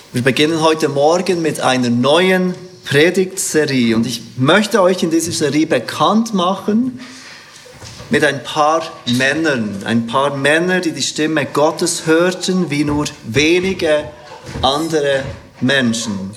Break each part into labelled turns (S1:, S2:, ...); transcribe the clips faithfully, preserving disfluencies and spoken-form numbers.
S1: Wir beginnen heute Morgen mit einer neuen Predigtserie und ich möchte euch in dieser Serie bekannt machen mit ein paar Männern, ein paar Männer, die die Stimme Gottes hörten, wie nur wenige andere Menschen.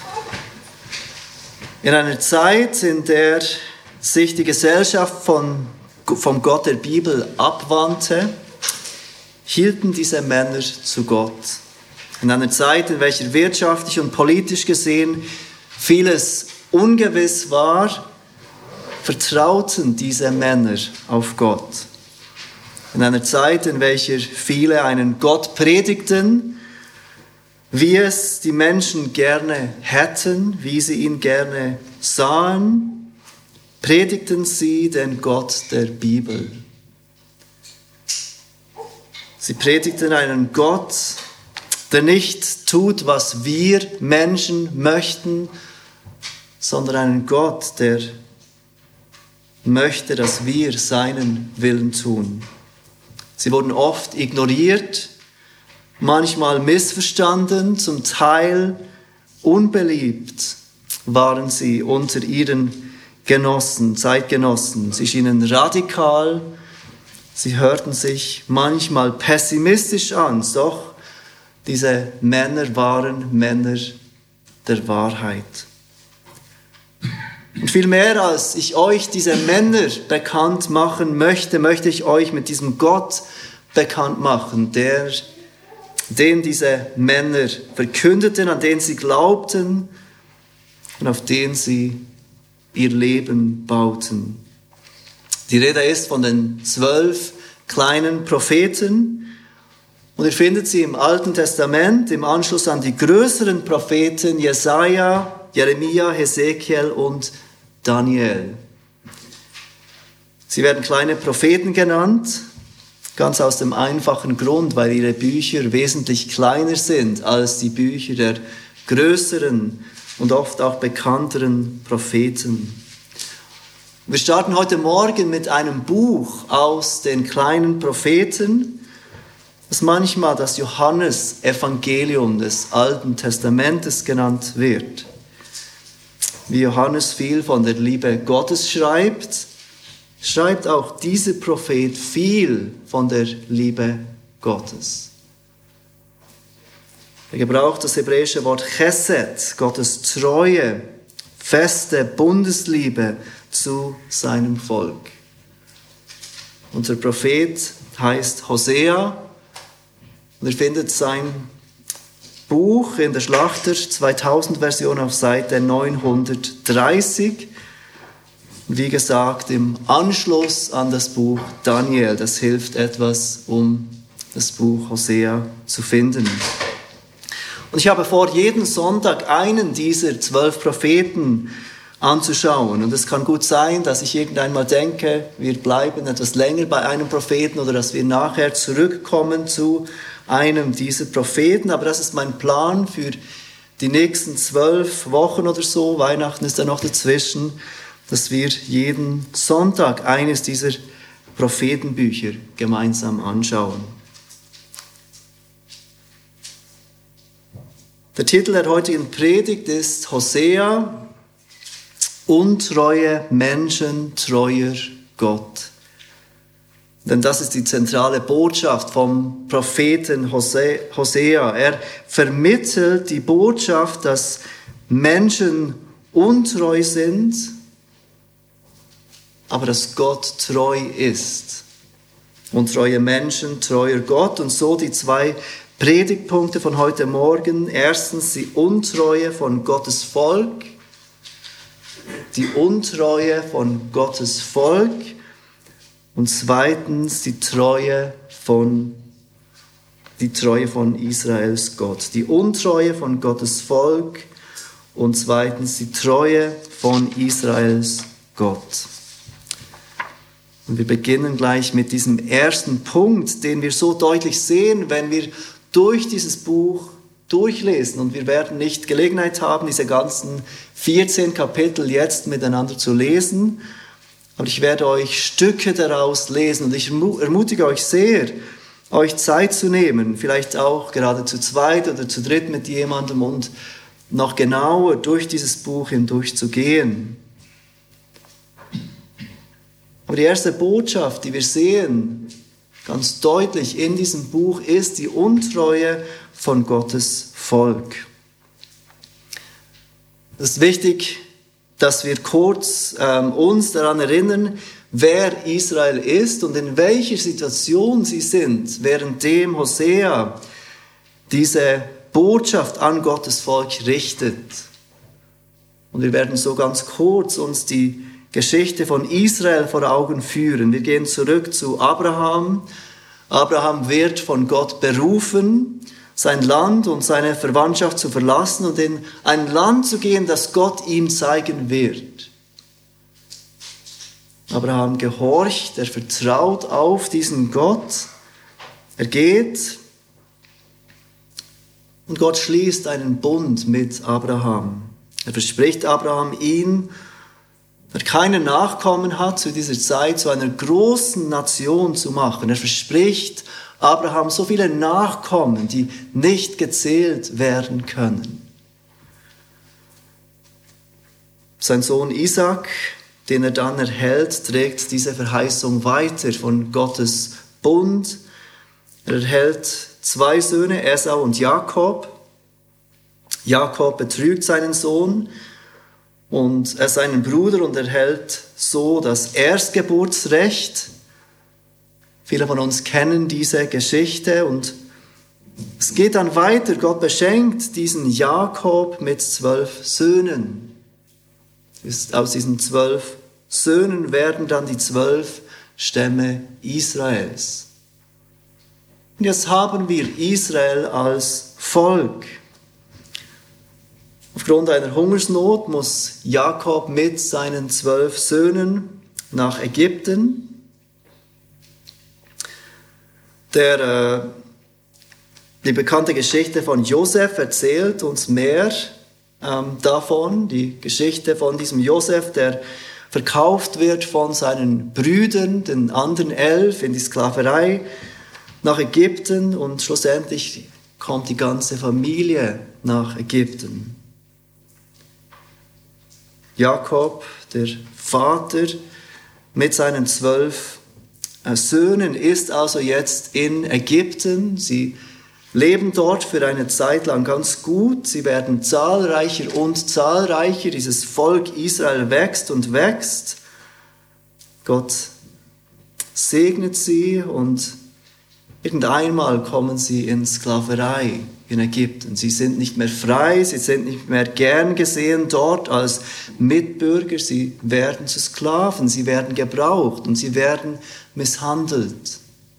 S1: In einer Zeit, in der sich die Gesellschaft von, vom Gott der Bibel abwandte, hielten diese Männer zu Gott. In einer Zeit, in welcher wirtschaftlich und politisch gesehen vieles ungewiss war, vertrauten diese Männer auf Gott. In einer Zeit, in welcher viele einen Gott predigten, wie es die Menschen gerne hätten, wie sie ihn gerne sahen, predigten sie den Gott der Bibel. Sie predigten einen Gott, der nicht tut, was wir Menschen möchten, sondern einen Gott, der möchte, dass wir seinen Willen tun. Sie wurden oft ignoriert, manchmal missverstanden, zum Teil unbeliebt waren sie unter ihren Genossen, Zeitgenossen. Sie schienen radikal, sie hörten sich manchmal pessimistisch an, doch diese Männer waren Männer der Wahrheit. Und viel mehr als ich euch diese Männer bekannt machen möchte, möchte ich euch mit diesem Gott bekannt machen, der, den diese Männer verkündeten, an den sie glaubten und auf den sie ihr Leben bauten. Die Rede ist von den zwölf kleinen Propheten, und ihr findet sie im Alten Testament im Anschluss an die größeren Propheten Jesaja, Jeremia, Hesekiel und Daniel. Sie werden kleine Propheten genannt, ganz aus dem einfachen Grund, weil ihre Bücher wesentlich kleiner sind als die Bücher der größeren und oft auch bekannteren Propheten. Wir starten heute Morgen mit einem Buch aus den kleinen Propheten, das manchmal das Johannesevangelium des Alten Testamentes genannt wird. Wie Johannes viel von der Liebe Gottes schreibt, schreibt auch dieser Prophet viel von der Liebe Gottes. Er gebraucht das hebräische Wort Chesed, Gottes treue, feste Bundesliebe zu seinem Volk. Unser Prophet heißt Hosea. Und ihr findet sein Buch in der Schlachter zweitausend Version auf Seite neunhundertdreißig. Und wie gesagt, im Anschluss an das Buch Daniel. Das hilft etwas, um das Buch Hosea zu finden. Und ich habe vor, jeden Sonntag einen dieser zwölf Propheten anzuschauen. Und es kann gut sein, dass ich irgendwann mal denke, wir bleiben etwas länger bei einem Propheten oder dass wir nachher zurückkommen zu einem dieser Propheten. Aber das ist mein Plan für die nächsten zwölf Wochen oder so. Weihnachten ist da noch dazwischen, dass wir jeden Sonntag eines dieser Prophetenbücher gemeinsam anschauen. Der Titel der heutigen Predigt ist Hosea, Untreue Menschen, treuer Gott. Denn das ist die zentrale Botschaft vom Propheten Hosea. Er vermittelt die Botschaft, dass Menschen untreu sind, aber dass Gott treu ist. Untreue Menschen, treuer Gott. Und so die zwei Predigtpunkte von heute Morgen. Erstens die Untreue von Gottes Volk. Die Untreue von Gottes Volk. Und zweitens die Treue von, die Treue von Israels Gott. Die Untreue von Gottes Volk und zweitens die Treue von Israels Gott. Und wir beginnen gleich mit diesem ersten Punkt, den wir so deutlich sehen, wenn wir durch dieses Buch durchlesen. Und wir werden nicht Gelegenheit haben, diese ganzen vierzehn Kapitel jetzt miteinander zu lesen. Aber ich werde euch Stücke daraus lesen und ich ermutige euch sehr, euch Zeit zu nehmen, vielleicht auch gerade zu zweit oder zu dritt mit jemandem und noch genauer durch dieses Buch hindurch zu gehen. Aber die erste Botschaft, die wir sehen, ganz deutlich in diesem Buch, ist die Untreue von Gottes Volk. Es ist wichtig, dass wir kurz ähm, uns daran erinnern, wer Israel ist und in welcher Situation sie sind, währenddem Hosea diese Botschaft an Gottes Volk richtet. Und wir werden so ganz kurz uns die Geschichte von Israel vor Augen führen. Wir gehen zurück zu Abraham. Abraham wird von Gott berufen, sein Land und seine Verwandtschaft zu verlassen und in ein Land zu gehen, das Gott ihm zeigen wird. Abraham gehorcht, er vertraut auf diesen Gott, er geht und Gott schließt einen Bund mit Abraham. Er verspricht Abraham, ihn, der keine Nachkommen hat, zu dieser Zeit zu einer großen Nation zu machen. Er verspricht Abraham so viele Nachkommen, die nicht gezählt werden können. Sein Sohn Isaac, den er dann erhält, trägt diese Verheißung weiter von Gottes Bund. Er erhält zwei Söhne, Esau und Jakob. Jakob betrügt seinen Sohn und er seinen Bruder und erhält so das Erstgeburtsrecht. Viele von uns kennen diese Geschichte und es geht dann weiter. Gott beschenkt diesen Jakob mit zwölf Söhnen. Aus diesen zwölf Söhnen werden dann die zwölf Stämme Israels. Und jetzt haben wir Israel als Volk. Aufgrund einer Hungersnot muss Jakob mit seinen zwölf Söhnen nach Ägypten. Der, äh, die bekannte Geschichte von Josef erzählt uns mehr ähm, davon. Die Geschichte von diesem Josef, der verkauft wird von seinen Brüdern, den anderen elf, in die Sklaverei nach Ägypten und schlussendlich kommt die ganze Familie nach Ägypten. Jakob, der Vater, mit seinen zwölf Söhnen ist also jetzt in Ägypten. Sie leben dort für eine Zeit lang ganz gut. Sie werden zahlreicher und zahlreicher. Dieses Volk Israel wächst und wächst. Gott segnet sie und irgendeinmal kommen sie in Sklaverei in Ägypten. Sie sind nicht mehr frei, sie sind nicht mehr gern gesehen dort als Mitbürger. Sie werden zu Sklaven, sie werden gebraucht und sie werden misshandelt.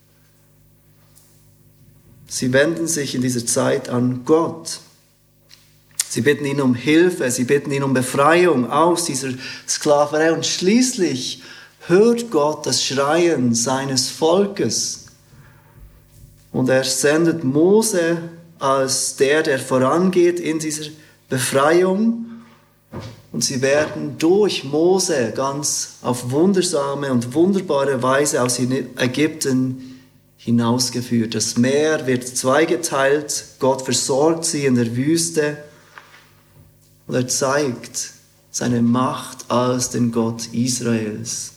S1: Sie wenden sich in dieser Zeit an Gott. Sie bitten ihn um Hilfe, sie bitten ihn um Befreiung aus dieser Sklaverei und schließlich hört Gott das Schreien seines Volkes. Und er sendet Mose als der, der vorangeht in dieser Befreiung. Und sie werden durch Mose ganz auf wundersame und wunderbare Weise aus Ägypten hinausgeführt. Das Meer wird zweigeteilt, Gott versorgt sie in der Wüste und er zeigt seine Macht als den Gott Israels.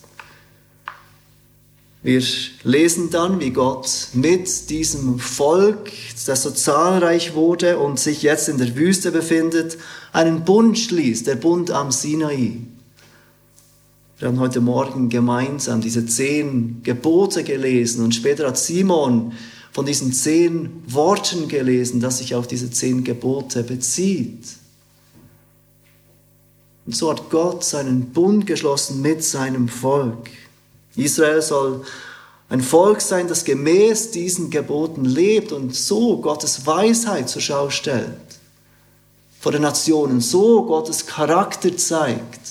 S1: Wir lesen dann, wie Gott mit diesem Volk, das so zahlreich wurde und sich jetzt in der Wüste befindet, einen Bund schließt, der Bund am Sinai. Wir haben heute Morgen gemeinsam diese zehn Gebote gelesen und später hat Simon von diesen zehn Worten gelesen, das sich auf diese zehn Gebote bezieht. Und so hat Gott seinen Bund geschlossen mit seinem Volk. Israel soll ein Volk sein, das gemäß diesen Geboten lebt und so Gottes Weisheit zur Schau stellt. Vor den Nationen, so Gottes Charakter zeigt.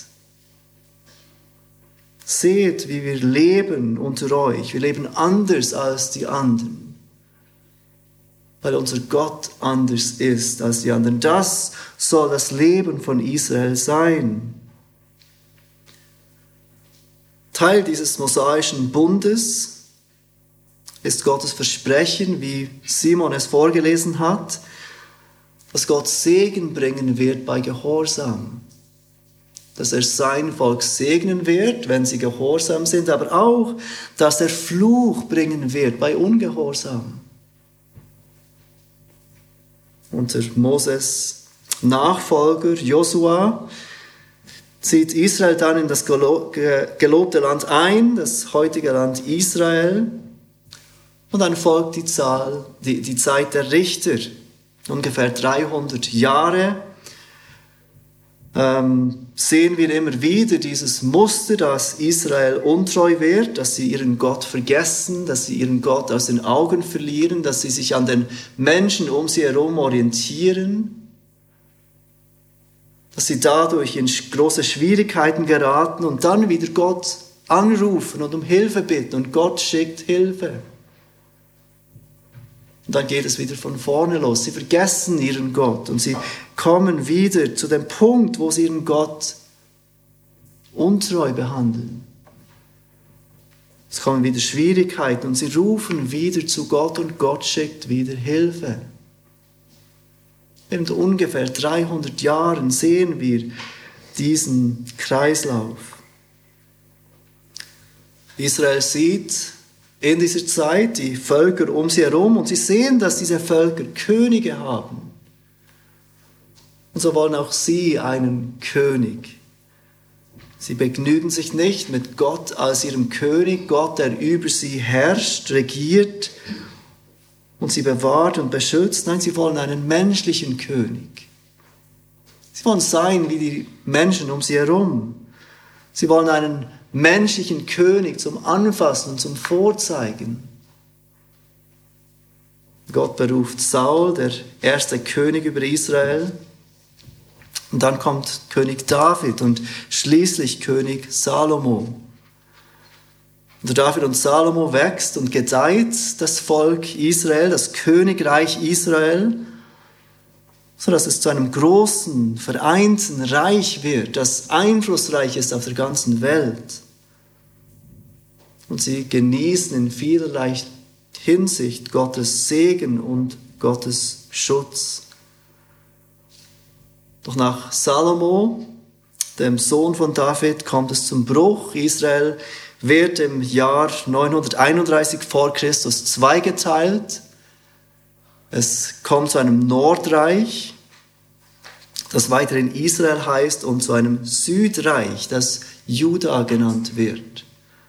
S1: Seht, wie wir leben unter euch. Wir leben anders als die anderen. Weil unser Gott anders ist als die anderen. Das soll das Leben von Israel sein. Teil dieses mosaischen Bundes ist Gottes Versprechen, wie Simon es vorgelesen hat, dass Gott Segen bringen wird bei Gehorsam. Dass er sein Volk segnen wird, wenn sie gehorsam sind, aber auch, dass er Fluch bringen wird bei Ungehorsam. Unter Moses Nachfolger Josua zieht Israel dann in das gelobte Land ein, das heutige Land Israel. Und dann folgt die, Zahl, die, die Zeit der Richter, ungefähr dreihundert Jahre. Ähm, sehen wir immer wieder dieses Muster, dass Israel untreu wird, dass sie ihren Gott vergessen, dass sie ihren Gott aus den Augen verlieren, dass sie sich an den Menschen um sie herum orientieren, dass sie dadurch in große Schwierigkeiten geraten und dann wieder Gott anrufen und um Hilfe bitten und Gott schickt Hilfe. Und dann geht es wieder von vorne los. Sie vergessen ihren Gott und sie kommen wieder zu dem Punkt, wo sie ihren Gott untreu behandeln. Es kommen wieder Schwierigkeiten und sie rufen wieder zu Gott und Gott schickt wieder Hilfe. In ungefähr dreihundert Jahren sehen wir diesen Kreislauf. Israel sieht in dieser Zeit die Völker um sie herum und sie sehen, dass diese Völker Könige haben. Und so wollen auch sie einen König. Sie begnügen sich nicht mit Gott als ihrem König, Gott, der über sie herrscht, regiert und sie bewahrt und beschützt. Nein, sie wollen einen menschlichen König. Sie wollen sein wie die Menschen um sie herum. Sie wollen einen menschlichen König zum Anfassen und zum Vorzeigen. Gott beruft Saul, der erste König über Israel. Und dann kommt König David und schließlich König Salomo. Unter David und Salomo wächst und gedeiht das Volk Israel, das Königreich Israel, sodass es zu einem großen, vereinten Reich wird, das einflussreich ist auf der ganzen Welt. Und sie genießen in vielerlei Hinsicht Gottes Segen und Gottes Schutz. Doch nach Salomo, dem Sohn von David, kommt es zum Bruch. Israel wird im Jahr neunhunderteinunddreißig vor Christus zweigeteilt. Es kommt zu einem Nordreich, das weiterhin Israel heißt, und zu einem Südreich, das Juda genannt wird.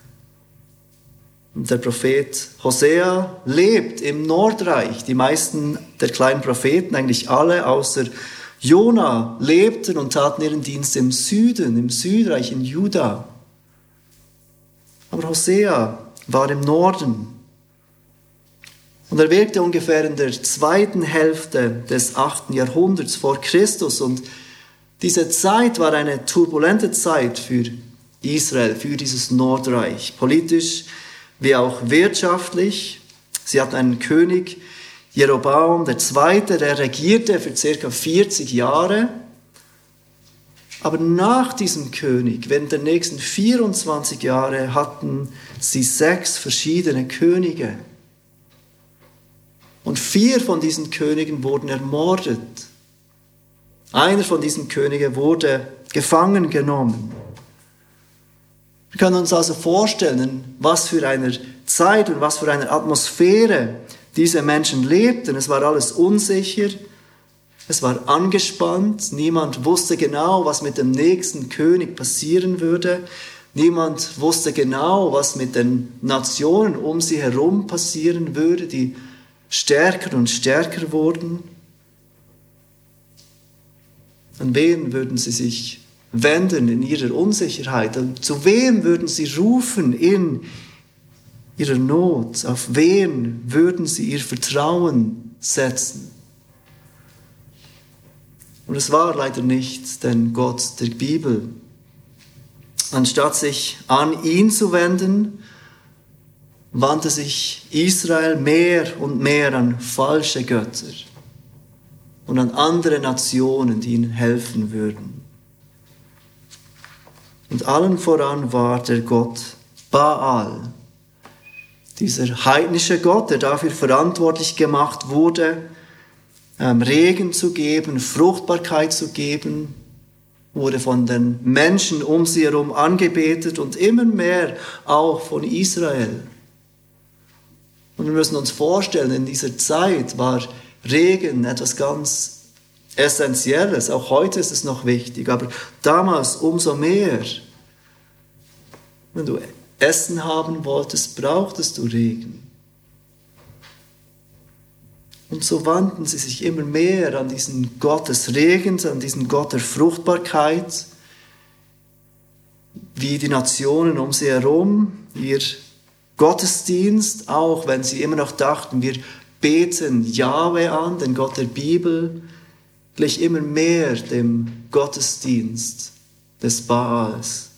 S1: Und der Prophet Hosea lebt im Nordreich. Die meisten der kleinen Propheten, eigentlich alle, außer Jona, lebten und taten ihren Dienst im Süden, im Südreich, in Juda. Aber Hosea war im Norden. Und er wirkte ungefähr in der zweiten Hälfte des achten Jahrhunderts vor Christus. Und diese Zeit war eine turbulente Zeit für Israel, für dieses Nordreich. Politisch wie auch wirtschaftlich. Sie hatten einen König, Jeroboam der Zweite, der regierte für circa vierzig Jahre. Aber nach diesem König, während der nächsten vierundzwanzig Jahre, hatten sie sechs verschiedene Könige. Und vier von diesen Königen wurden ermordet. Einer von diesen Königen wurde gefangen genommen. Wir können uns also vorstellen, was für eine Zeit und was für eine Atmosphäre diese Menschen lebten. Es war alles unsicher, es war angespannt, niemand wusste genau, was mit dem nächsten König passieren würde. Niemand wusste genau, was mit den Nationen um sie herum passieren würde, die stärker und stärker wurden. An wen würden sie sich wenden in ihrer Unsicherheit? Und zu wem würden sie rufen in ihrer Not? Auf wen würden sie ihr Vertrauen setzen? Und es war leider nicht der Gott der Bibel. Anstatt sich an ihn zu wenden, wandte sich Israel mehr und mehr an falsche Götter und an andere Nationen, die ihnen helfen würden. Und allen voran war der Gott Baal, Dieser heidnische Gott, der dafür verantwortlich gemacht wurde, ähm, Regen zu geben, Fruchtbarkeit zu geben, wurde von den Menschen um sie herum angebetet und immer mehr auch von Israel. Und wir müssen uns vorstellen, in dieser Zeit war Regen etwas ganz Essentielles. Auch heute ist es noch wichtig, aber damals umso mehr. Wenn du Essen haben wolltest, brauchtest du Regen. Und so wandten sie sich immer mehr an diesen Gott des Regens, an diesen Gott der Fruchtbarkeit, wie die Nationen um sie herum, ihr Gottesdienst, auch wenn sie immer noch dachten, wir beten Jahwe an, den Gott der Bibel, glich immer mehr dem Gottesdienst des Baals.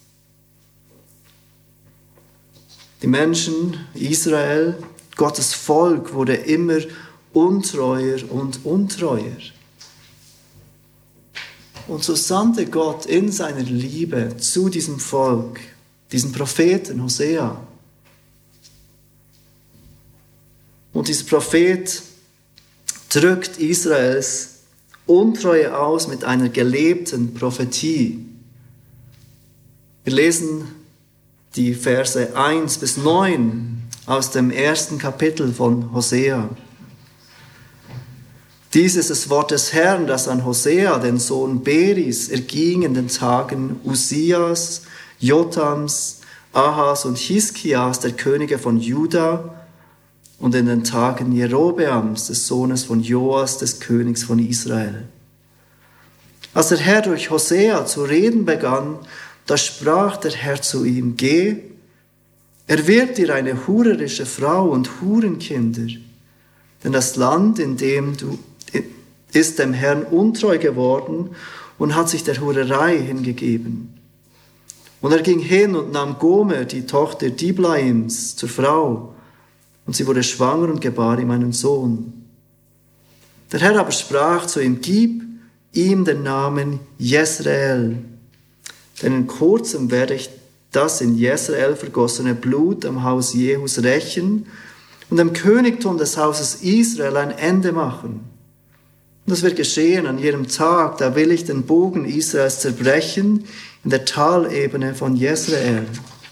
S1: Die Menschen, Israel, Gottes Volk, wurde immer untreuer und untreuer. Und so sandte Gott in seiner Liebe zu diesem Volk, diesen Propheten Hosea. Und dieser Prophet drückt Israels Untreue aus mit einer gelebten Prophetie. Wir lesen die Verse eins bis neun aus dem ersten Kapitel von Hosea. Dies ist das Wort des Herrn, das an Hosea, den Sohn Beris, erging in den Tagen Uzias, Jotams, Ahas und Hiskias, der Könige von Juda, und in den Tagen Jerobeams, des Sohnes von Joas, des Königs von Israel. Als der Herr durch Hosea zu reden begann, da sprach der Herr zu ihm: Geh, erwirb dir eine hurerische Frau und Hurenkinder, denn das Land, in dem du ist dem Herrn untreu geworden und hat sich der Hurerei hingegeben. Und er ging hin und nahm Gomer, die Tochter Diblaims, zur Frau, und sie wurde schwanger und gebar ihm einen Sohn. Der Herr aber sprach zu ihm: Gib ihm den Namen Jesrael, denn in kurzem werde ich das in Jesrael vergossene Blut am Haus Jehus rächen und dem Königtum des Hauses Israel ein Ende machen. Und das wird geschehen an jedem Tag, da will ich den Bogen Israels zerbrechen in der Talebene von Jesrael.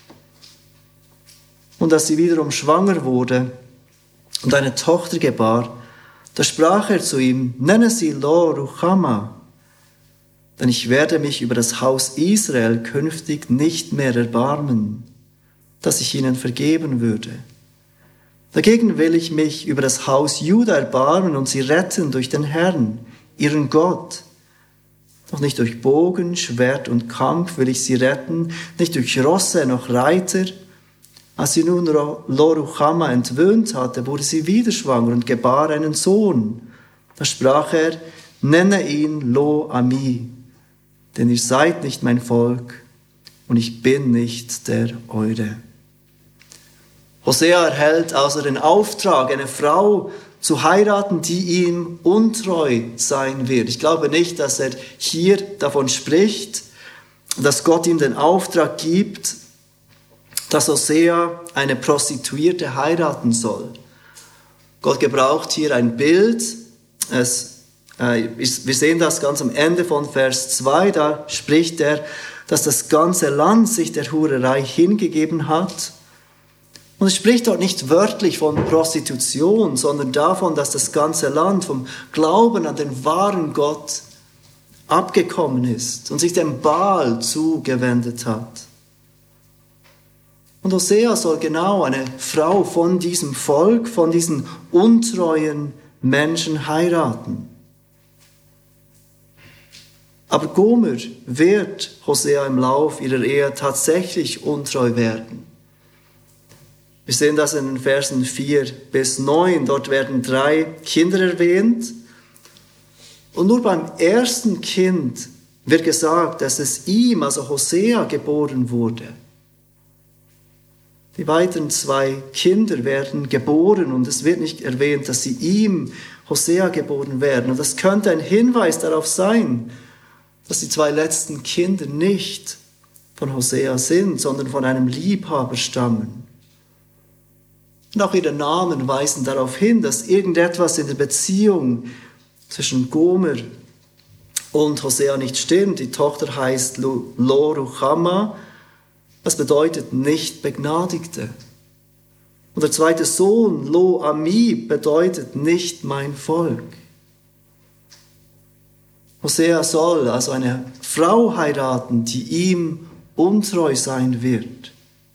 S1: Und als sie wiederum schwanger wurde und eine Tochter gebar, da sprach er zu ihm: Nenne sie Lo Ruchama, denn ich werde mich über das Haus Israel künftig nicht mehr erbarmen, dass ich ihnen vergeben würde. Dagegen will ich mich über das Haus Juda erbarmen und sie retten durch den Herrn, ihren Gott. Doch nicht durch Bogen, Schwert und Kampf will ich sie retten, nicht durch Rosse noch Reiter. Als sie nun Lo Ruchama entwöhnt hatte, wurde sie wieder schwanger und gebar einen Sohn. Da sprach er: Nenne ihn Lo Ami, denn ihr seid nicht mein Volk und ich bin nicht der eure. Hosea erhält also den Auftrag, eine Frau zu heiraten, die ihm untreu sein wird. Ich glaube nicht, dass er hier davon spricht, dass Gott ihm den Auftrag gibt, dass Hosea eine Prostituierte heiraten soll. Gott gebraucht hier ein Bild. Es, äh, wir sehen das ganz am Ende von Vers zwei. Da spricht er, dass das ganze Land sich der Hurerei hingegeben hat. Und es spricht dort nicht wörtlich von Prostitution, sondern davon, dass das ganze Land vom Glauben an den wahren Gott abgekommen ist und sich dem Baal zugewendet hat. Und Hosea soll genau eine Frau von diesem Volk, von diesen untreuen Menschen heiraten. Aber Gomer wird Hosea im Lauf ihrer Ehe tatsächlich untreu werden. Wir sehen das in den Versen vier bis neun. Dort werden drei Kinder erwähnt. Und nur beim ersten Kind wird gesagt, dass es ihm, also Hosea, geboren wurde. Die weiteren zwei Kinder werden geboren und es wird nicht erwähnt, dass sie ihm, Hosea, geboren werden. Und das könnte ein Hinweis darauf sein, dass die zwei letzten Kinder nicht von Hosea sind, sondern von einem Liebhaber stammen. Und auch ihre Namen weisen darauf hin, dass irgendetwas in der Beziehung zwischen Gomer und Hosea nicht stimmt. Die Tochter heißt Lo Ruchama, das bedeutet nicht Begnadigte. Und der zweite Sohn, Lo Ami, bedeutet nicht mein Volk. Hosea soll also eine Frau heiraten, die ihm untreu sein wird.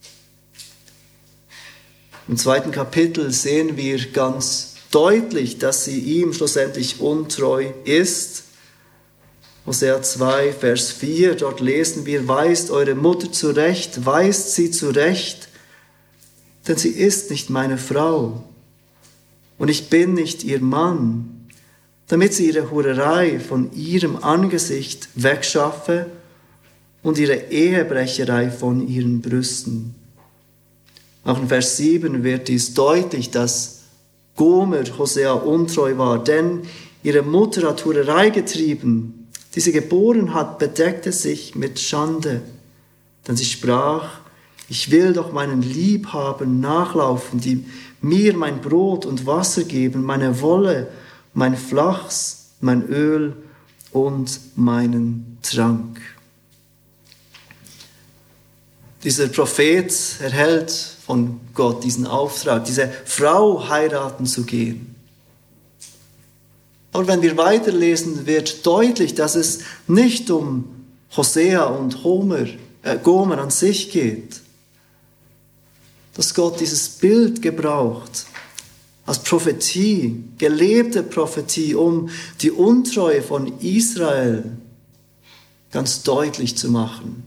S1: Im zweiten Kapitel sehen wir ganz deutlich, dass sie ihm schlussendlich untreu ist. Hosea zwei, Vers vier, dort lesen wir, weist eure Mutter zurecht, weist sie zurecht, denn sie ist nicht meine Frau und ich bin nicht ihr Mann, damit sie ihre Hurerei von ihrem Angesicht wegschaffe und ihre Ehebrecherei von ihren Brüsten. Auch in Vers sieben wird dies deutlich, dass Gomer Hosea untreu war, denn ihre Mutter hat Hurerei getrieben, die sie geboren hat, bedeckte sich mit Schande, denn sie sprach, ich will doch meinen Liebhabern nachlaufen, die mir mein Brot und Wasser geben, meine Wolle, mein Flachs, mein Öl und meinen Trank. Dieser Prophet erhält von Gott diesen Auftrag, diese Frau heiraten zu gehen. Aber wenn wir weiterlesen, wird deutlich, dass es nicht um Hosea und Homer, äh, Gomer an sich geht. Dass Gott dieses Bild gebraucht als Prophetie, gelebte Prophetie, um die Untreue von Israel ganz deutlich zu machen.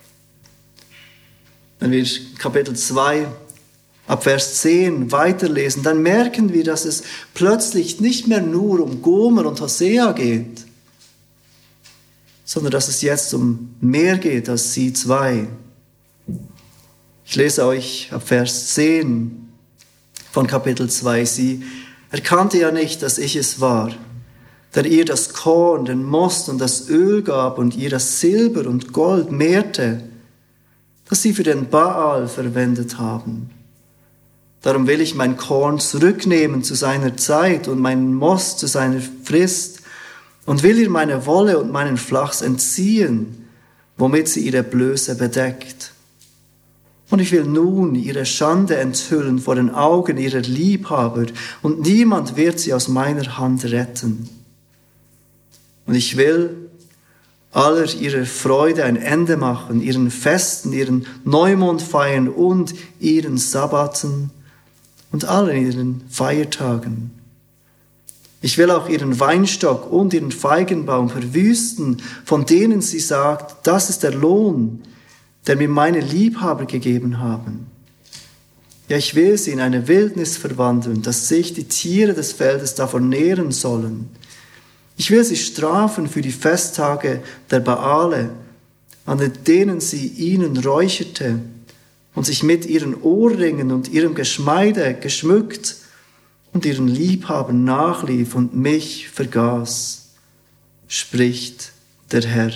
S1: Wenn wir Kapitel zwei ab Vers zehn weiterlesen, dann merken wir, dass es plötzlich nicht mehr nur um Gomer und Hosea geht, sondern dass es jetzt um mehr geht als sie zwei. Ich lese euch ab Vers zehn von Kapitel zwei. Sie erkannte ja nicht, dass ich es war, der ihr das Korn, den Most und das Öl gab und ihr das Silber und Gold mehrte, das sie für den Baal verwendet haben. Darum will ich mein Korn zurücknehmen zu seiner Zeit und meinen Most zu seiner Frist und will ihr meine Wolle und meinen Flachs entziehen, womit sie ihre Blöße bedeckt. Und ich will nun ihre Schande enthüllen vor den Augen ihrer Liebhaber und niemand wird sie aus meiner Hand retten. Und ich will aller ihrer Freude ein Ende machen, ihren Festen, ihren Neumondfeiern und ihren Sabbaten und allen ihren Feiertagen. Ich will auch ihren Weinstock und ihren Feigenbaum verwüsten, von denen sie sagt, das ist der Lohn, der mir meine Liebhaber gegeben haben. Ja, ich will sie in eine Wildnis verwandeln, dass sich die Tiere des Feldes davon nähren sollen. Ich will sie strafen für die Festtage der Baale, an denen sie ihnen räucherte und sich mit ihren Ohrringen und ihrem Geschmeide geschmückt und ihren Liebhabern nachlief und mich vergaß, spricht der Herr.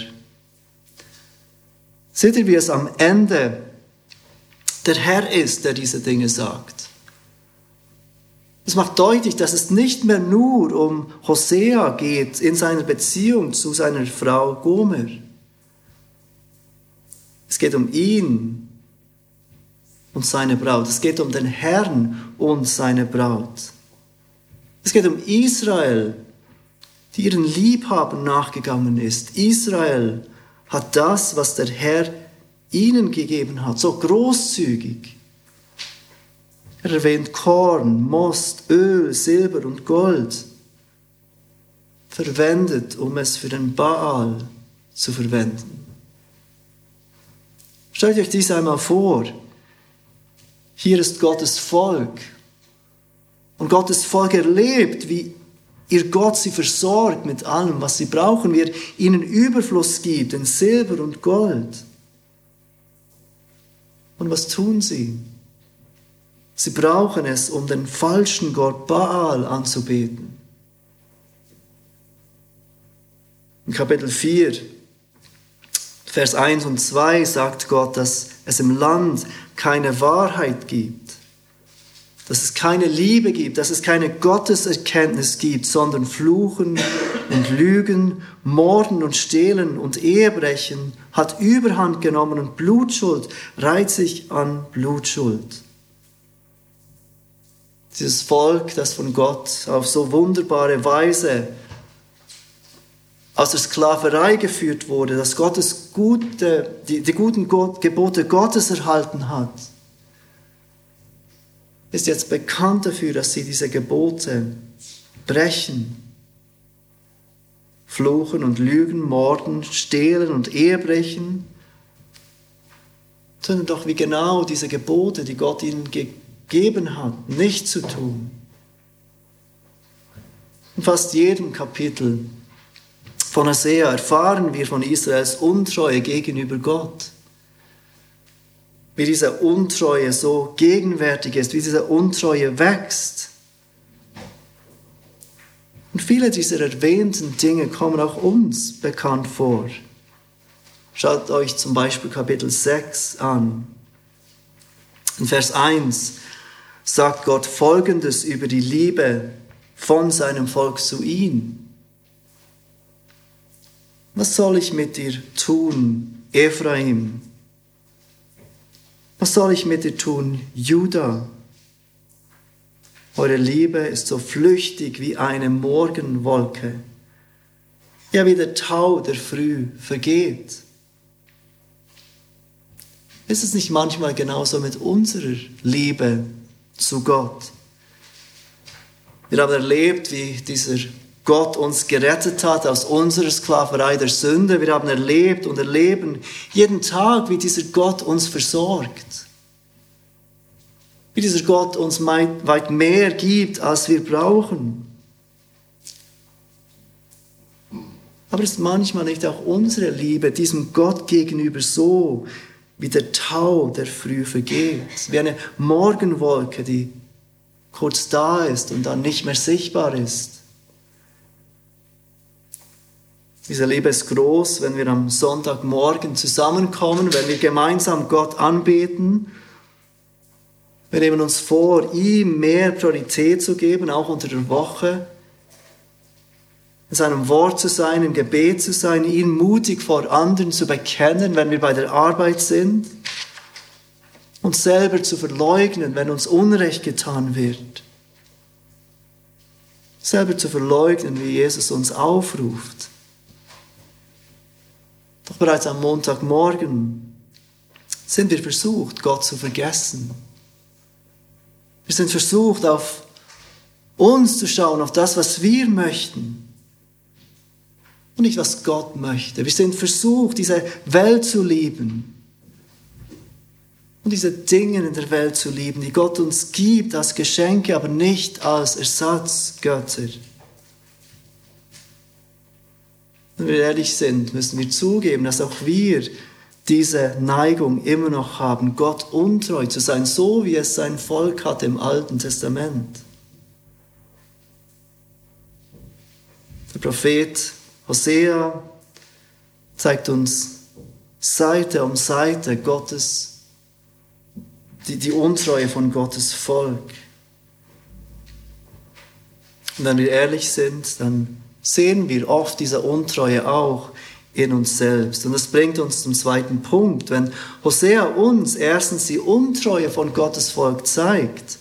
S1: Seht ihr, wie es am Ende der Herr ist, der diese Dinge sagt? Es macht deutlich, dass es nicht mehr nur um Hosea geht in seiner Beziehung zu seiner Frau Gomer. Es geht um ihn und seine Braut. Es geht um den Herrn und seine Braut. Es geht um Israel, die ihren Liebhabern nachgegangen ist. Israel hat das, was der Herr ihnen gegeben hat, so großzügig. Er erwähnt Korn, Most, Öl, Silber und Gold, verwendet, um es für den Baal zu verwenden. Stellt euch dies einmal vor. Hier ist Gottes Volk. Und Gottes Volk erlebt, wie ihr Gott sie versorgt mit allem, was sie brauchen, wie er ihnen Überfluss gibt in Silber und Gold. Und was tun sie? Sie brauchen es, um den falschen Gott Baal anzubeten. In Kapitel vier, Vers eins und zwei sagt Gott, dass es im Land keine Wahrheit gibt. dass es keine Liebe gibt, dass es keine Gotteserkenntnis gibt, sondern Fluchen und Lügen, Morden und Stehlen und Ehebrechen hat Überhand genommen und Blutschuld reiht sich an Blutschuld. Dieses Volk, das von Gott auf so wunderbare Weise aus der Sklaverei geführt wurde, das Gottes gute, die, die guten Gott, Gebote Gottes erhalten hat, ist jetzt bekannt dafür, dass sie diese Gebote brechen. Fluchen und Lügen, Morden, Stehlen und Ehebrechen, sondern doch wie genau diese Gebote, die Gott ihnen gegeben hat, nicht zu tun. In fast jedem Kapitel von Hosea erfahren wir von Israels Untreue gegenüber Gott. Wie diese Untreue so gegenwärtig ist, wie diese Untreue wächst. Und viele dieser erwähnten Dinge kommen auch uns bekannt vor. Schaut euch zum Beispiel Kapitel sechs an. In Vers eins sagt Gott Folgendes über die Liebe von seinem Volk zu ihm. Was soll ich mit dir tun, Ephraim? Was soll ich mit dir tun, Juda? Eure Liebe ist so flüchtig wie eine Morgenwolke, ja wie der Tau, der früh vergeht. Ist es nicht manchmal genauso mit unserer Liebe zu Gott? Wir haben erlebt, wie dieser Gott uns gerettet hat aus unserer Sklaverei der Sünde. Wir haben erlebt und erleben jeden Tag, wie dieser Gott uns versorgt. Wie dieser Gott uns weit mehr gibt, als wir brauchen. Aber ist manchmal nicht auch unsere Liebe diesem Gott gegenüber so wie der Tau, der früh vergeht? Wie eine Morgenwolke, die kurz da ist und dann nicht mehr sichtbar ist. Diese Liebe ist groß, wenn wir am Sonntagmorgen zusammenkommen, wenn wir gemeinsam Gott anbeten. Wir nehmen uns vor, ihm mehr Priorität zu geben, auch unter der Woche. In seinem Wort zu sein, im Gebet zu sein, ihn mutig vor anderen zu bekennen, wenn wir bei der Arbeit sind. Uns selber zu verleugnen, wenn uns Unrecht getan wird. Selber zu verleugnen, wie Jesus uns aufruft. Doch bereits am Montagmorgen sind wir versucht, Gott zu vergessen. Wir sind versucht, auf uns zu schauen, auf das, was wir möchten und nicht, was Gott möchte. Wir sind versucht, diese Welt zu lieben und diese Dinge in der Welt zu lieben, die Gott uns gibt als Geschenke, aber nicht als Ersatzgötter. Wenn wir ehrlich sind, müssen wir zugeben, dass auch wir diese Neigung immer noch haben, Gott untreu zu sein, so wie es sein Volk hat im Alten Testament. Der Prophet Hosea zeigt uns Seite um Seite Gottes, die, die Untreue von Gottes Volk. Und wenn wir ehrlich sind, dann sehen wir oft diese Untreue auch in uns selbst. Und das bringt uns zum zweiten Punkt. Wenn Hosea uns erstens die Untreue von Gottes Volk zeigt,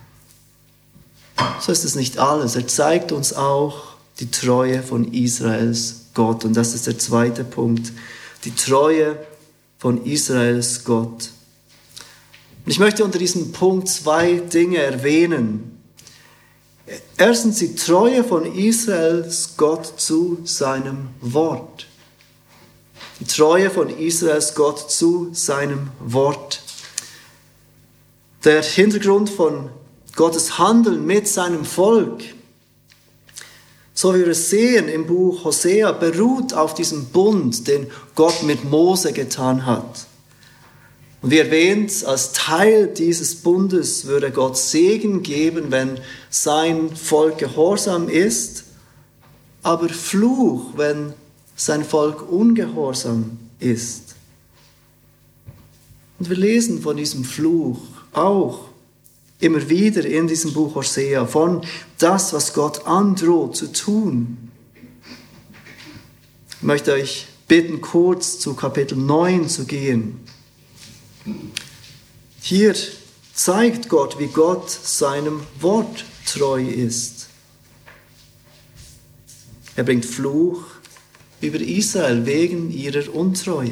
S1: so ist es nicht alles. Er zeigt uns auch die Treue von Israels Gott. Und das ist der zweite Punkt. Die Treue von Israels Gott. Und ich möchte unter diesem Punkt zwei Dinge erwähnen. Erstens die Treue von Israels Gott zu seinem Wort. Die Treue von Israels Gott zu seinem Wort. Der Hintergrund von Gottes Handeln mit seinem Volk, so wie wir es sehen im Buch Hosea, beruht auf diesem Bund, den Gott mit Mose getan hat. Und wie erwähnt, als Teil dieses Bundes würde Gott Segen geben, wenn sein Volk gehorsam ist, aber Fluch, wenn sein Volk ungehorsam ist. Und wir lesen von diesem Fluch auch immer wieder in diesem Buch Hosea, von das, was Gott androht zu tun. Ich möchte euch bitten, kurz zu Kapitel neun zu gehen. Hier zeigt Gott, wie Gott seinem Wort treu ist. Er bringt Fluch über Israel wegen ihrer Untreue.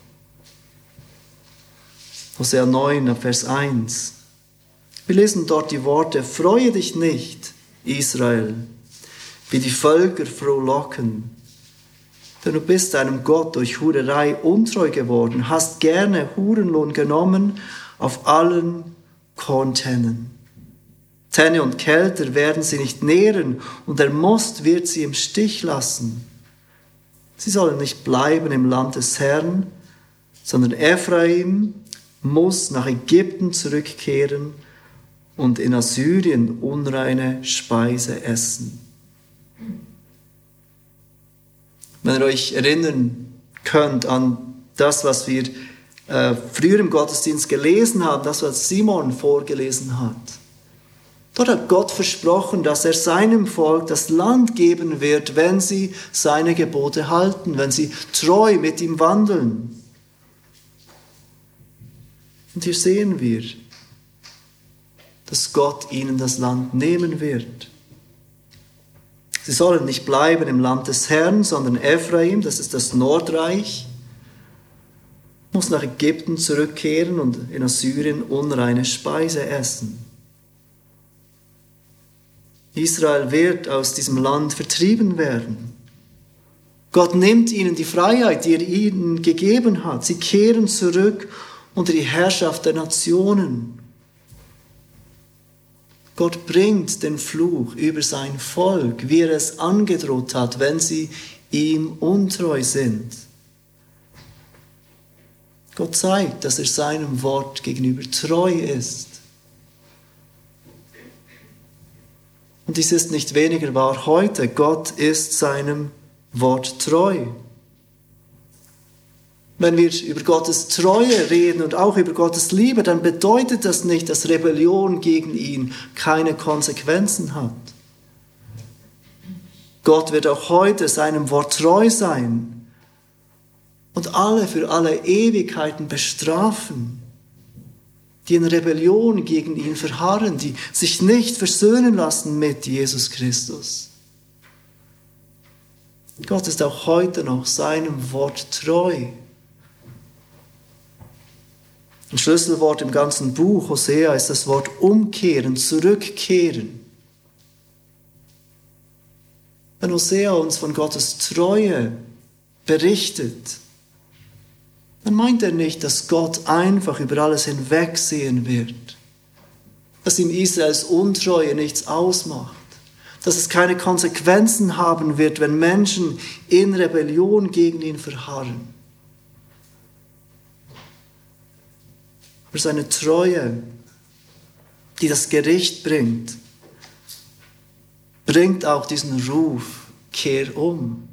S1: Hosea neun, Vers eins. Wir lesen dort die Worte: Freue dich nicht, Israel, wie die Völker frohlocken. Denn du bist deinem Gott durch Hurerei untreu geworden, hast gerne Hurenlohn genommen auf allen Korntennen. Tenne und Kelter werden sie nicht nähren, und der Most wird sie im Stich lassen. Sie sollen nicht bleiben im Land des Herrn, sondern Ephraim muss nach Ägypten zurückkehren und in Assyrien unreine Speise essen. Wenn ihr euch erinnern könnt an das, was wir äh, früher im Gottesdienst gelesen haben, das, was Simon vorgelesen hat. Dort hat Gott versprochen, dass er seinem Volk das Land geben wird, wenn sie seine Gebote halten, wenn sie treu mit ihm wandeln. Und hier sehen wir, dass Gott ihnen das Land nehmen wird. Sie sollen nicht bleiben im Land des Herrn, sondern Ephraim, das ist das Nordreich, muss nach Ägypten zurückkehren und in Assyrien unreine Speise essen. Israel wird aus diesem Land vertrieben werden. Gott nimmt ihnen die Freiheit, die er ihnen gegeben hat. Sie kehren zurück unter die Herrschaft der Nationen. Gott bringt den Fluch über sein Volk, wie er es angedroht hat, wenn sie ihm untreu sind. Gott zeigt, dass er seinem Wort gegenüber treu ist. Und dies ist nicht weniger wahr heute. Gott ist seinem Wort treu. Wenn wir über Gottes Treue reden und auch über Gottes Liebe, dann bedeutet das nicht, dass Rebellion gegen ihn keine Konsequenzen hat. Gott wird auch heute seinem Wort treu sein und alle für alle Ewigkeiten bestrafen, die in Rebellion gegen ihn verharren, die sich nicht versöhnen lassen mit Jesus Christus. Gott ist auch heute noch seinem Wort treu. Ein Schlüsselwort im ganzen Buch Hosea ist das Wort umkehren, zurückkehren. Wenn Hosea uns von Gottes Treue berichtet, dann meint er nicht, dass Gott einfach über alles hinwegsehen wird, dass ihm Israels Untreue nichts ausmacht, dass es keine Konsequenzen haben wird, wenn Menschen in Rebellion gegen ihn verharren. Aber seine Treue, die das Gericht bringt, bringt auch diesen Ruf, kehr um.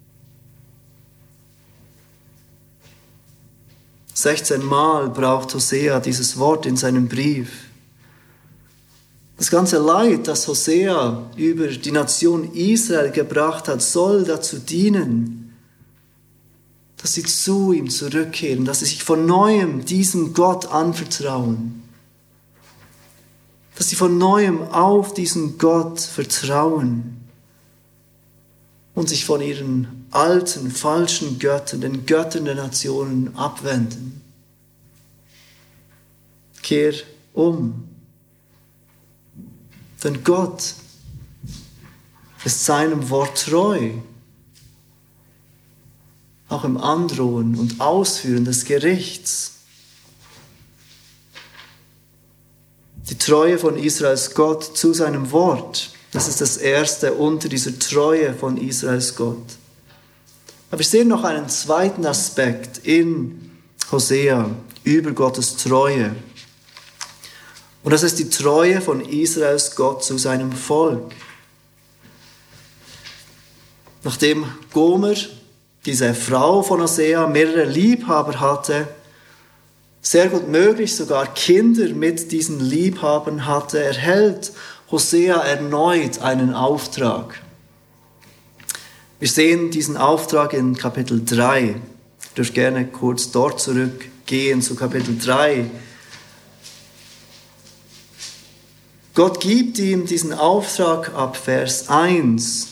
S1: sechzehn Mal braucht Hosea dieses Wort in seinem Brief. Das ganze Leid, das Hosea über die Nation Israel gebracht hat, soll dazu dienen, dass sie zu ihm zurückkehren, dass sie sich von Neuem diesem Gott anvertrauen, dass sie von Neuem auf diesen Gott vertrauen und sich von ihren alten, falschen Göttern, den Göttern der Nationen abwenden. Kehr um. Denn Gott ist seinem Wort treu, auch im Androhen und Ausführen des Gerichts. Die Treue von Israels Gott zu seinem Wort, das ist das Erste unter dieser Treue von Israels Gott. Aber wir sehen noch einen zweiten Aspekt in Hosea über Gottes Treue. Und das ist die Treue von Israels Gott zu seinem Volk. Nachdem Gomer, diese Frau von Hosea, mehrere Liebhaber hatte, sehr gut möglich sogar Kinder mit diesen Liebhabern hatte, erhält Hosea erneut einen Auftrag. Wir sehen diesen Auftrag in Kapitel drei. Ihr dürft gerne kurz dort zurückgehen zu Kapitel drei. Gott gibt ihm diesen Auftrag ab Vers eins.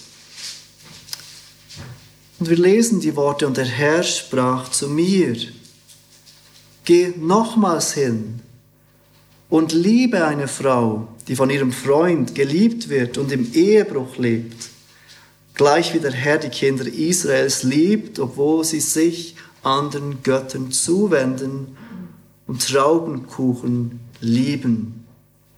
S1: Und wir lesen die Worte: Und der Herr sprach zu mir: Geh nochmals hin und liebe eine Frau, die von ihrem Freund geliebt wird und im Ehebruch lebt, gleich wie der Herr die Kinder Israels liebt, obwohl sie sich anderen Göttern zuwenden und Traubenkuchen lieben.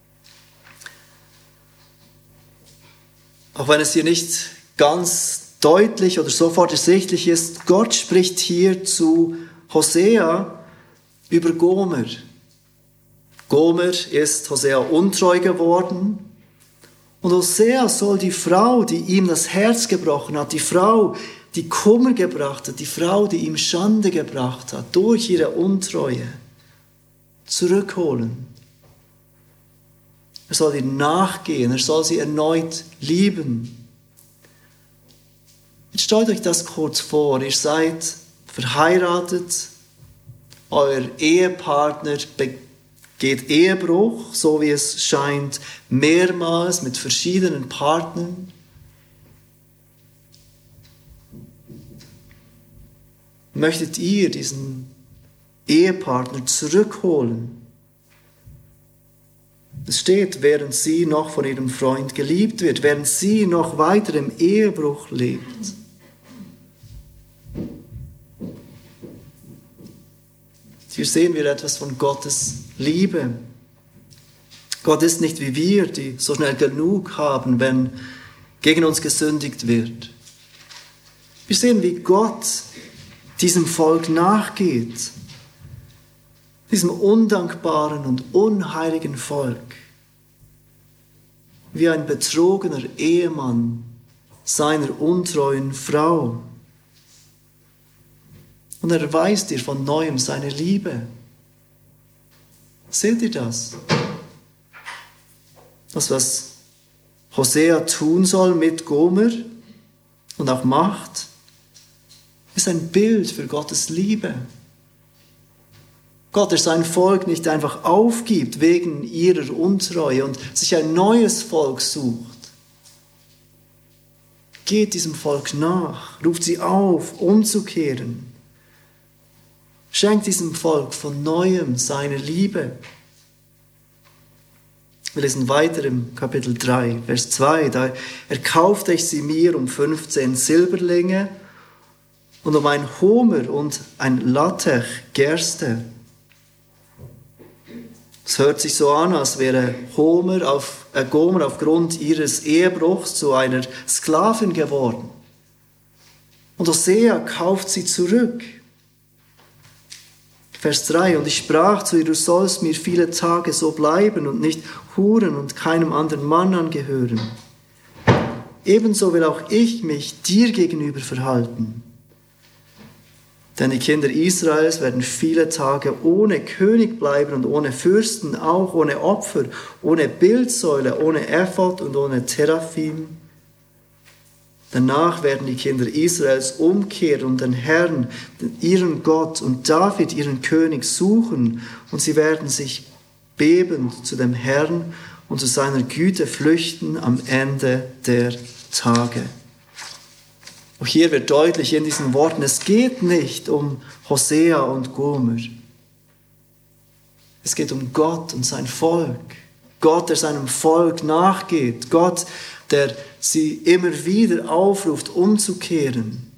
S1: Auch wenn es hier nicht ganz deutlich oder sofort ersichtlich ist, Gott spricht hier zu Hosea über Gomer. Gomer ist Hosea untreu geworden und Hosea soll die Frau, die ihm das Herz gebrochen hat, die Frau, die Kummer gebracht hat, die Frau, die ihm Schande gebracht hat, durch ihre Untreue zurückholen. Er soll ihr nachgehen, er soll sie erneut lieben. Jetzt stellt euch das kurz vor, ihr seid verheiratet, euer Ehepartner begeht Ehebruch, so wie es scheint, mehrmals mit verschiedenen Partnern. Möchtet ihr diesen Ehepartner zurückholen? Es steht, während sie noch von ihrem Freund geliebt wird, während sie noch weiter im Ehebruch lebt. Hier sehen wir etwas von Gottes Liebe. Gott ist nicht wie wir, die so schnell genug haben, wenn gegen uns gesündigt wird. Wir sehen, wie Gott diesem Volk nachgeht, diesem undankbaren und unheiligen Volk, wie ein betrogener Ehemann seiner untreuen Frau. Und er erweist dir von Neuem seine Liebe. Seht ihr das? Das, was Hosea tun soll mit Gomer und auch macht, ist ein Bild für Gottes Liebe. Gott, der sein Volk nicht einfach aufgibt wegen ihrer Untreue und sich ein neues Volk sucht. Geht diesem Volk nach, ruft sie auf, umzukehren. Schenkt diesem Volk von Neuem seine Liebe. Wir lesen weiter im Kapitel drei, Vers zwei. Da erkaufte ich sie mir um fünfzehn Silberlinge und um ein Homer und ein Lattech Gerste. Es hört sich so an, als wäre Homer auf, äh, Gomer aufgrund ihres Ehebruchs zu einer Sklavin geworden. Und Hosea kauft sie zurück. Vers drei, und ich sprach zu ihr, du sollst mir viele Tage so bleiben und nicht huren und keinem anderen Mann angehören. Ebenso will auch ich mich dir gegenüber verhalten. Denn die Kinder Israels werden viele Tage ohne König bleiben und ohne Fürsten, auch ohne Opfer, ohne Bildsäule, ohne Ephod und ohne Teraphim. Danach werden die Kinder Israels umkehren und den Herrn, ihren Gott und David, ihren König, suchen. Und sie werden sich bebend zu dem Herrn und zu seiner Güte flüchten am Ende der Tage. Auch hier wird deutlich in diesen Worten, es geht nicht um Hosea und Gomer. Es geht um Gott und sein Volk. Gott, der seinem Volk nachgeht. Gott, der sie immer wieder aufruft, umzukehren.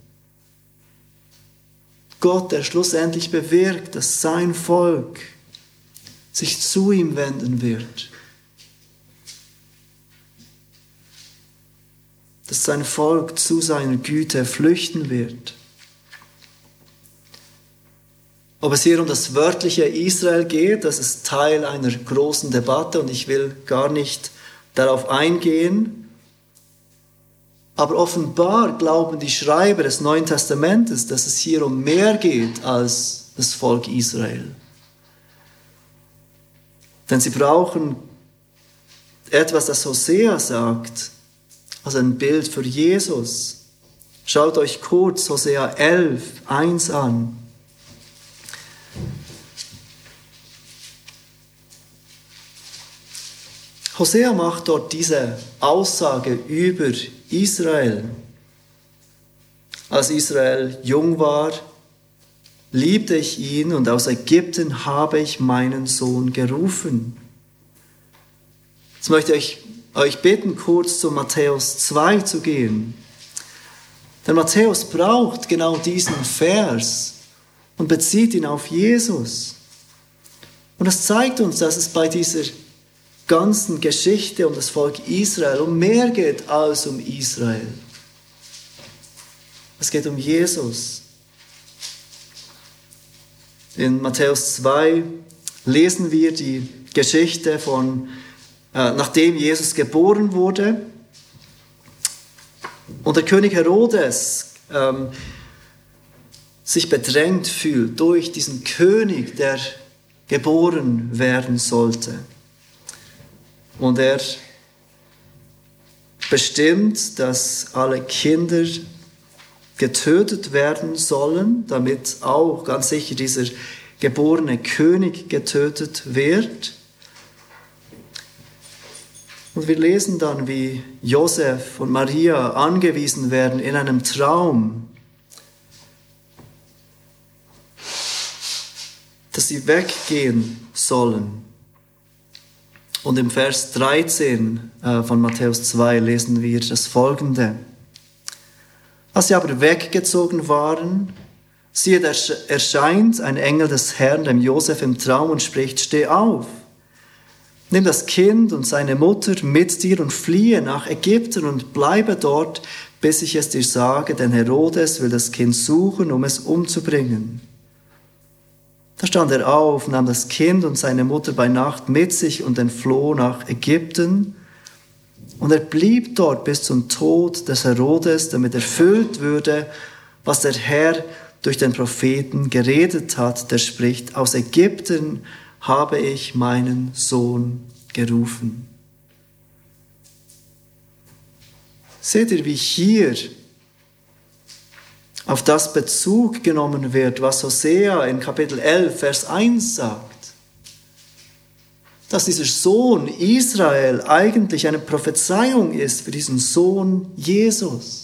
S1: Gott, der schlussendlich bewirkt, dass sein Volk sich zu ihm wenden wird. Dass sein Volk zu seiner Güte flüchten wird. Ob es hier um das wörtliche Israel geht, das ist Teil einer großen Debatte und ich will gar nicht darauf eingehen. Aber offenbar glauben die Schreiber des Neuen Testamentes, dass es hier um mehr geht als das Volk Israel. Denn sie brauchen etwas, das Hosea sagt, also ein Bild für Jesus. Schaut euch kurz Hosea elf, eins an. Hosea macht dort diese Aussage über Israel. Als Israel jung war, liebte ich ihn und aus Ägypten habe ich meinen Sohn gerufen. Jetzt möchte ich euch bitten, kurz zu Matthäus zwei zu gehen. Denn Matthäus braucht genau diesen Vers und bezieht ihn auf Jesus. Und das zeigt uns, dass es bei dieser ganzen Geschichte um das Volk Israel um mehr geht als um Israel. Es geht um Jesus. In Matthäus zwei lesen wir die Geschichte von, äh, nachdem Jesus geboren wurde und der König Herodes ähm, sich bedrängt fühlt durch diesen König, der geboren werden sollte. Und er bestimmt, dass alle Kinder getötet werden sollen, damit auch ganz sicher dieser geborene König getötet wird. Und wir lesen dann, wie Josef und Maria angewiesen werden in einem Traum, dass sie weggehen sollen. Und im Vers dreizehn von Matthäus zwei lesen wir das Folgende. Als sie aber weggezogen waren, siehe, da erscheint ein Engel des Herrn dem Josef im Traum und spricht, steh auf, nimm das Kind und seine Mutter mit dir und fliehe nach Ägypten und bleibe dort, bis ich es dir sage, denn Herodes will das Kind suchen, um es umzubringen. Da stand er auf, nahm das Kind und seine Mutter bei Nacht mit sich und entfloh nach Ägypten. Und er blieb dort bis zum Tod des Herodes, damit erfüllt würde, was der Herr durch den Propheten geredet hat, der spricht, aus Ägypten habe ich meinen Sohn gerufen. Seht ihr, wie hier auf das Bezug genommen wird, was Hosea in Kapitel elf, Vers eins sagt? Dass dieser Sohn Israel eigentlich eine Prophezeiung ist für diesen Sohn Jesus.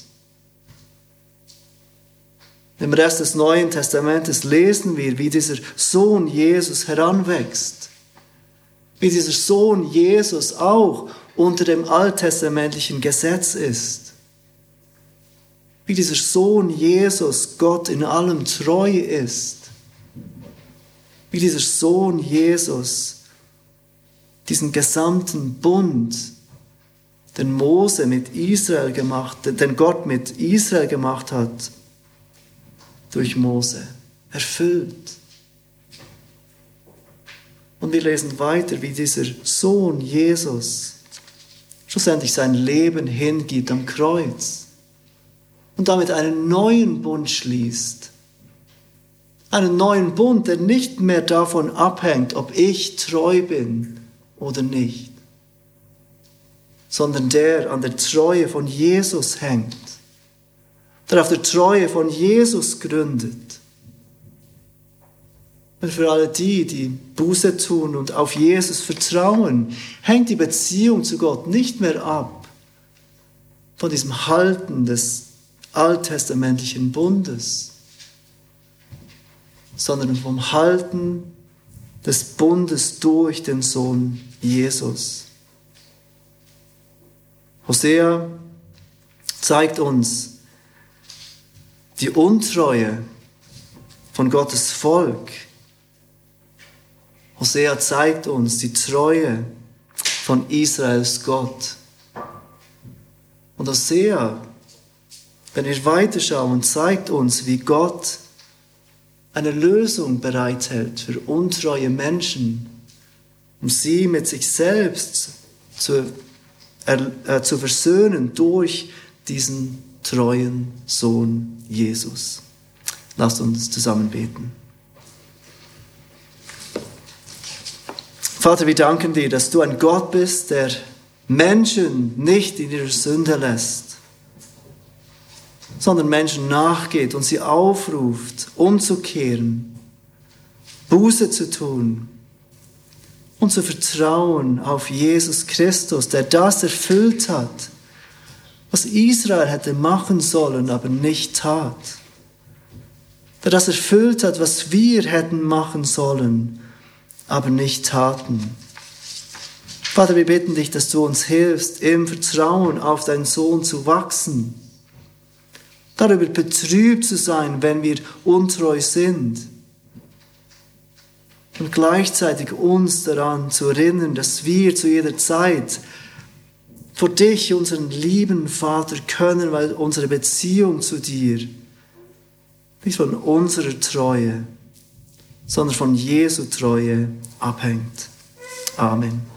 S1: Im Rest des Neuen Testamentes lesen wir, wie dieser Sohn Jesus heranwächst. Wie dieser Sohn Jesus auch unter dem alttestamentlichen Gesetz ist. Wie dieser Sohn Jesus Gott in allem treu ist. Wie dieser Sohn Jesus diesen gesamten Bund, den Mose mit Israel gemacht, den Gott mit Israel gemacht hat, durch Mose, erfüllt. Und wir lesen weiter, wie dieser Sohn Jesus schlussendlich sein Leben hingibt am Kreuz und damit einen neuen Bund schließt. Einen neuen Bund, der nicht mehr davon abhängt, ob ich treu bin oder nicht, sondern der an der Treue von Jesus hängt, der auf der Treue von Jesus gründet. Und für alle die, die Buße tun und auf Jesus vertrauen, hängt die Beziehung zu Gott nicht mehr ab von diesem Halten des alttestamentlichen Bundes, sondern vom Halten des Bundes durch den Sohn Jesus. Hosea zeigt uns die Untreue von Gottes Volk. Hosea zeigt uns die Treue von Israels Gott. Und Hosea, wenn wir weiterschauen, zeigt uns, wie Gott eine Lösung bereithält für untreue Menschen, um sie mit sich selbst zu, äh, zu versöhnen durch diesen treuen Sohn Jesus. Lasst uns zusammen beten. Vater, wir danken dir, dass du ein Gott bist, der Menschen nicht in ihrer Sünde lässt, sondern Menschen nachgeht und sie aufruft, umzukehren, Buße zu tun und zu vertrauen auf Jesus Christus, der das erfüllt hat, was Israel hätte machen sollen, aber nicht tat. Der das erfüllt hat, was wir hätten machen sollen, aber nicht taten. Vater, wir bitten dich, dass du uns hilfst, im Vertrauen auf deinen Sohn zu wachsen, darüber betrübt zu sein, wenn wir untreu sind, und gleichzeitig uns daran zu erinnern, dass wir zu jeder Zeit vor dich, unseren lieben Vater, können, weil unsere Beziehung zu dir nicht von unserer Treue, sondern von Jesu Treue abhängt. Amen.